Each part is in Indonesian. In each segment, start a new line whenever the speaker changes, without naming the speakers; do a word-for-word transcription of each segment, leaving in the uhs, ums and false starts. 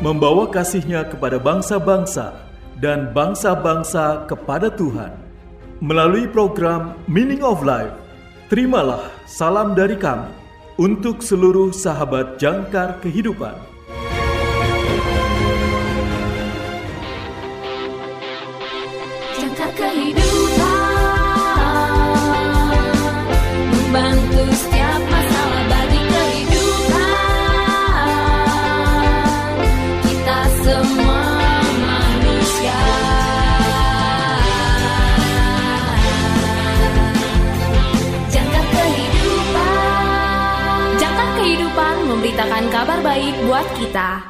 membawa kasih-Nya kepada bangsa-bangsa dan bangsa-bangsa kepada Tuhan. Melalui program Meaning of Life, terimalah salam dari kami untuk seluruh sahabat jangkar kehidupan.
Jangkar kehidupan, membantu setiap masalah bagi kehidupan kita semua manusia. Jangkar kehidupan, jangkar kehidupan memberitakan kabar baik buat kita.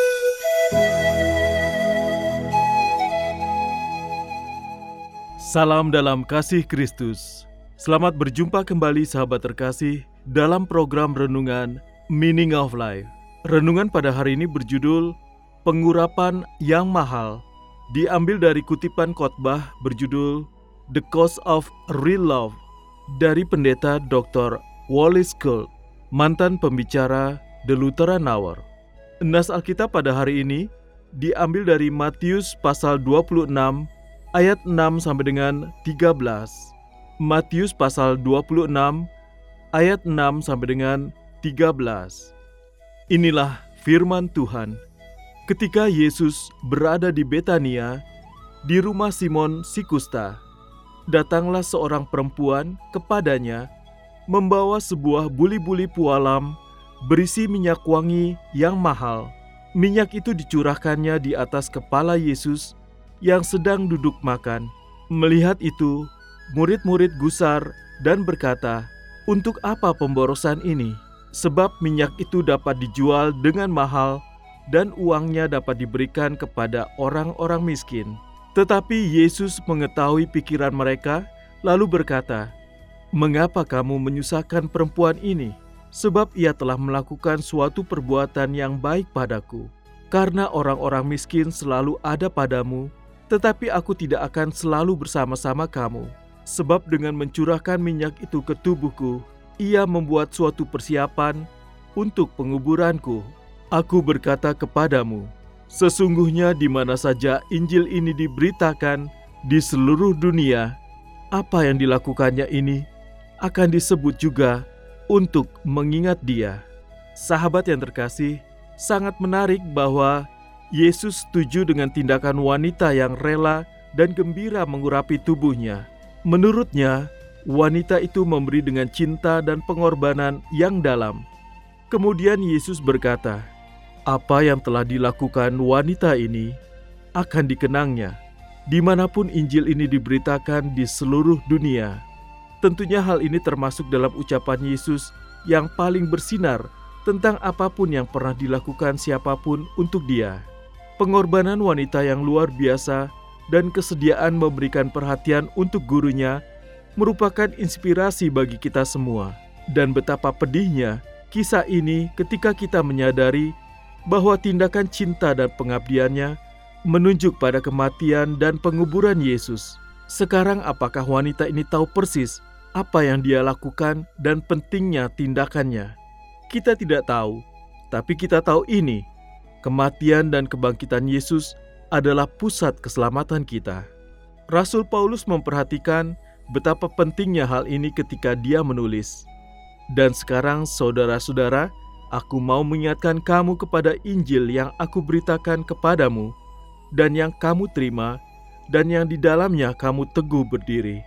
Salam dalam kasih Kristus. Selamat berjumpa kembali sahabat terkasih dalam program renungan Meaning of Life. Renungan pada hari ini berjudul Pengurapan yang Mahal. Diambil dari kutipan khotbah berjudul The Cost of Real Love dari pendeta doktor Wallace Cole, mantan pembicara The Lutheran Hour. Nas Alkitab pada hari ini diambil dari Matius pasal dua puluh enam ayat enam sampai dengan tiga belas. Matius pasal dua puluh enam ayat enam sampai dengan tiga belas. Inilah firman Tuhan. Ketika Yesus berada di Betania, di rumah Simon si kusta, datanglah seorang perempuan kepadanya membawa sebuah buli-buli pualam berisi minyak wangi yang mahal. Minyak itu dicurahkannya di atas kepala Yesus yang sedang duduk makan. Melihat itu, murid-murid gusar dan berkata, "Untuk apa pemborosan ini? Sebab minyak itu dapat dijual dengan mahal dan uangnya dapat diberikan kepada orang-orang miskin." Tetapi Yesus mengetahui pikiran mereka, lalu berkata, "Mengapa kamu menyusahkan perempuan ini? Sebab ia telah melakukan suatu perbuatan yang baik padaku. Karena orang-orang miskin selalu ada padamu, tetapi aku tidak akan selalu bersama-sama kamu. Sebab dengan mencurahkan minyak itu ke tubuhku, ia membuat suatu persiapan untuk penguburanku. Aku berkata kepadamu, sesungguhnya di mana saja Injil ini diberitakan di seluruh dunia, apa yang dilakukannya ini akan disebut juga untuk mengingat dia." Sahabat yang terkasih, sangat menarik bahwa Yesus setuju dengan tindakan wanita yang rela dan gembira mengurapi tubuhnya. Menurutnya, wanita itu memberi dengan cinta dan pengorbanan yang dalam. Kemudian Yesus berkata, apa yang telah dilakukan wanita ini akan dikenangnya dimanapun Injil ini diberitakan di seluruh dunia. Tentunya hal ini termasuk dalam ucapan Yesus yang paling bersinar tentang apapun yang pernah dilakukan siapapun untuk dia. Pengorbanan wanita yang luar biasa dan kesediaan memberikan perhatian untuk gurunya merupakan inspirasi bagi kita semua. Dan betapa pedihnya kisah ini ketika kita menyadari bahwa tindakan cinta dan pengabdiannya menunjuk pada kematian dan penguburan Yesus. Sekarang apakah wanita ini tahu persis apa yang dia lakukan dan pentingnya tindakannya? Kita tidak tahu, tapi kita tahu ini. Kematian dan kebangkitan Yesus adalah pusat keselamatan kita. Rasul Paulus memperhatikan betapa pentingnya hal ini ketika dia menulis. Dan sekarang saudara-saudara, aku mau mengingatkan kamu kepada Injil yang aku beritakan kepadamu, dan yang kamu terima, dan yang di dalamnya kamu teguh berdiri.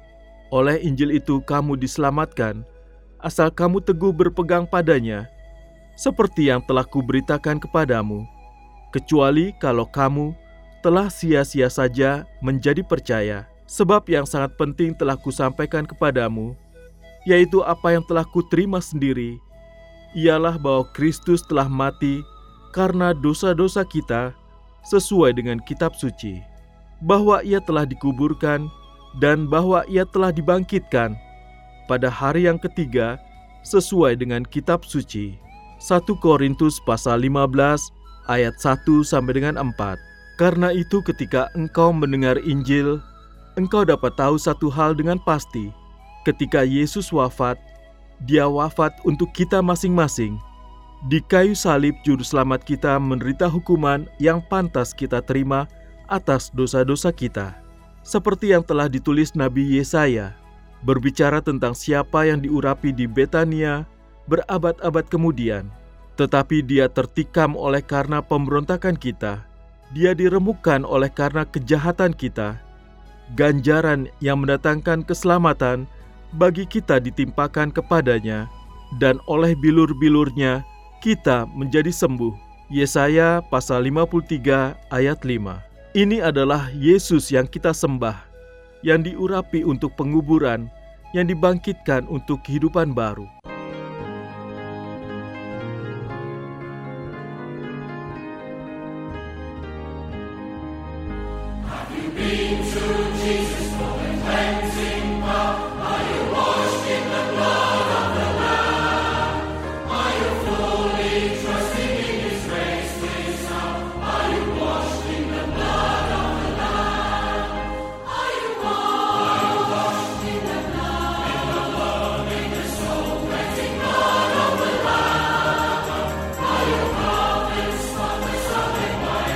Oleh Injil itu kamu diselamatkan, asal kamu teguh berpegang padanya, seperti yang telah kuberitakan kepadamu, kecuali kalau kamu telah sia-sia saja menjadi percaya. Sebab yang sangat penting telah kusampaikan kepadamu, yaitu apa yang telah kuterima sendiri, ialah bahwa Kristus telah mati karena dosa-dosa kita sesuai dengan kitab suci, bahwa ia telah dikuburkan, dan bahwa ia telah dibangkitkan pada hari yang ketiga sesuai dengan kitab suci. satu Korintus pasal lima belas ayat satu sampai dengan empat. Karena itu ketika engkau mendengar Injil, engkau dapat tahu satu hal dengan pasti. Ketika Yesus wafat, dia wafat untuk kita masing-masing. Di kayu salib juru selamat kita menderita hukuman yang pantas kita terima atas dosa-dosa kita. Seperti yang telah ditulis Nabi Yesaya, berbicara tentang siapa yang diurapi di Betania berabad-abad kemudian. Tetapi dia tertikam oleh karena pemberontakan kita, dia diremukkan oleh karena kejahatan kita. Ganjaran yang mendatangkan keselamatan bagi kita ditimpakan kepadanya, dan oleh bilur-bilurnya kita menjadi sembuh. Yesaya pasal lima puluh tiga ayat lima. Ini adalah Yesus yang kita sembah, yang diurapi untuk penguburan, yang dibangkitkan untuk kehidupan baru.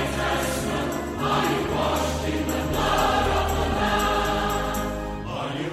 Are you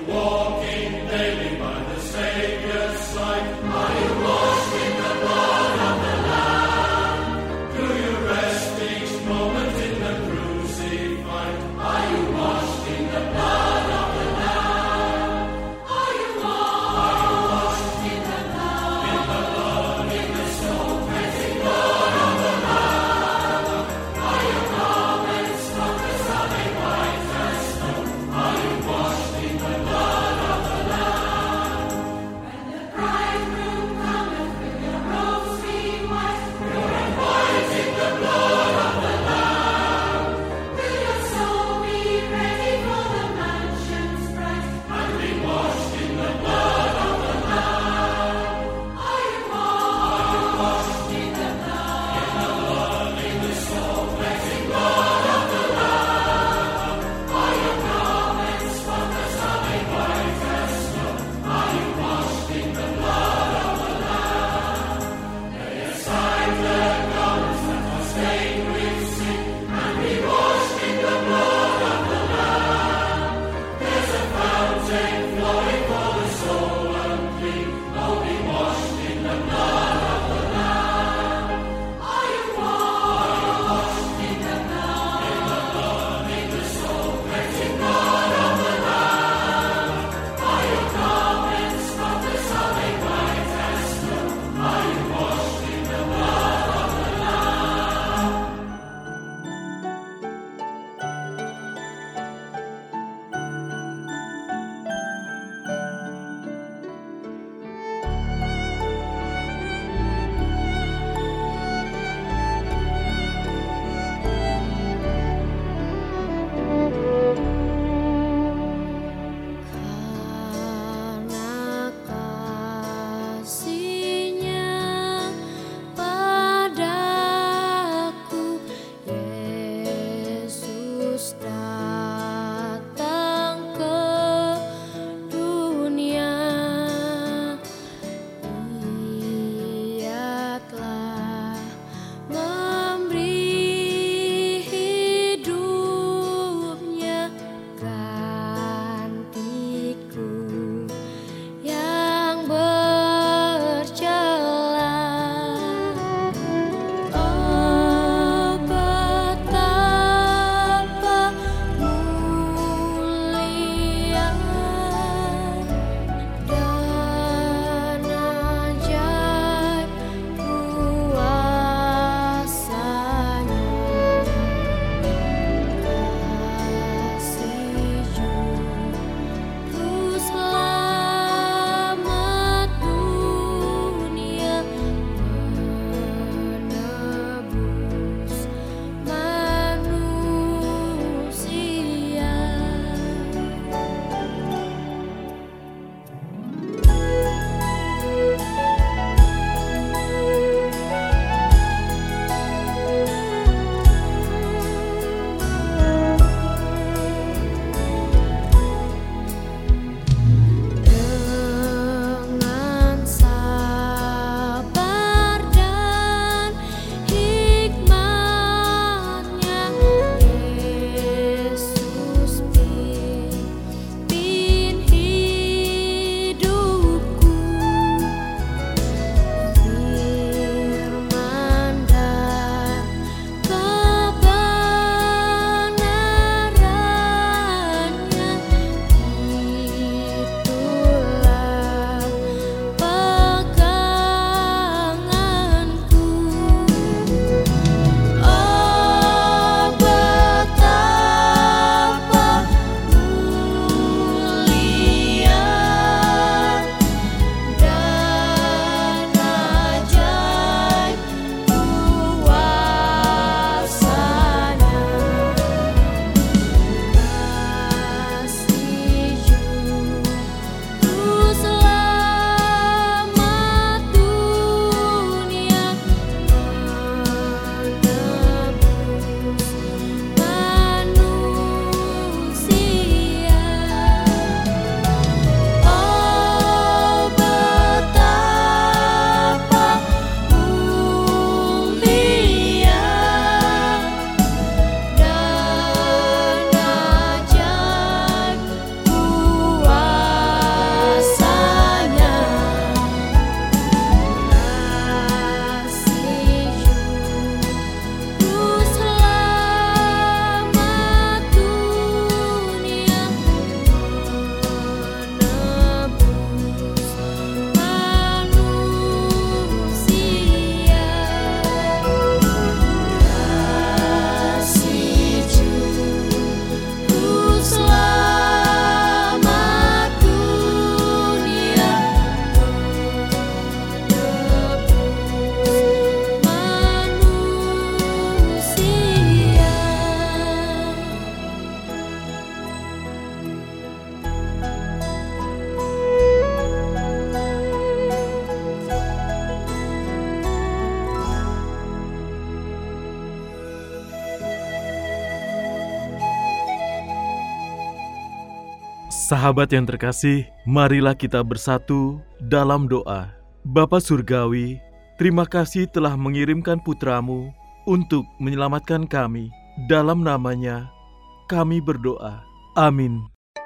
Sahabat yang terkasih, marilah kita bersatu dalam doa. Bapa Surgawi, terima kasih telah mengirimkan putramu untuk menyelamatkan kami. Dalam namanya, kami berdoa. Amin.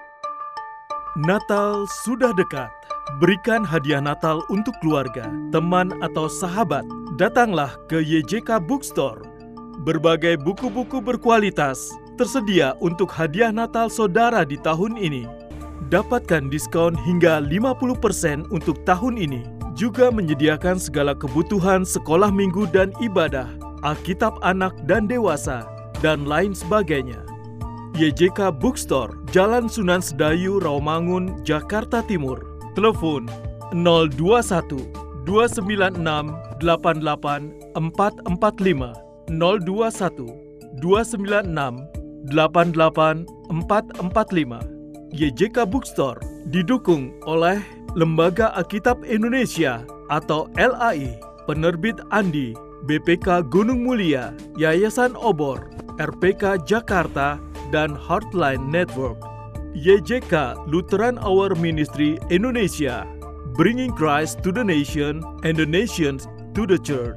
Natal sudah dekat. Berikan hadiah Natal untuk keluarga, teman atau sahabat. Datanglah ke Y J K Bookstore. Berbagai buku-buku berkualitas tersedia untuk hadiah Natal saudara di tahun ini. Dapatkan diskon hingga lima puluh persen untuk tahun ini. Juga menyediakan segala kebutuhan sekolah minggu dan ibadah, Alkitab anak dan dewasa, dan lain sebagainya. Y J K Bookstore, Jalan Sunan Sedayu, Rawamangun, Jakarta Timur. Telepon nol dua satu dua sembilan enam delapan delapan empat empat lima nol dua satu dua sembilan enam delapan delapan empat empat lima. Y J K Bookstore didukung oleh Lembaga Alkitab Indonesia atau L A I, Penerbit Andi, B P K Gunung Mulia, Yayasan Obor, R P K Jakarta, dan Heartline Network. Y J K Lutheran Hour Ministry Indonesia, bringing Christ to the nation and the nations to the church.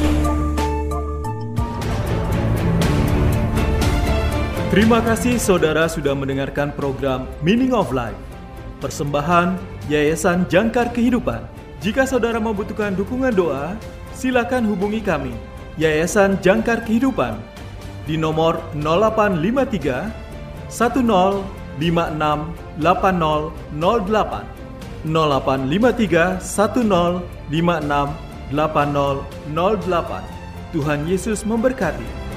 Terima kasih saudara sudah mendengarkan program Meaning of Life, persembahan Yayasan Jangkar Kehidupan. Jika saudara membutuhkan dukungan doa, silakan hubungi kami, Yayasan Jangkar Kehidupan, di nomor nol delapan lima tiga satu nol lima enam delapan nol nol delapan nol delapan lima tiga satu nol lima enam delapan nol nol delapan. Tuhan Yesus memberkati.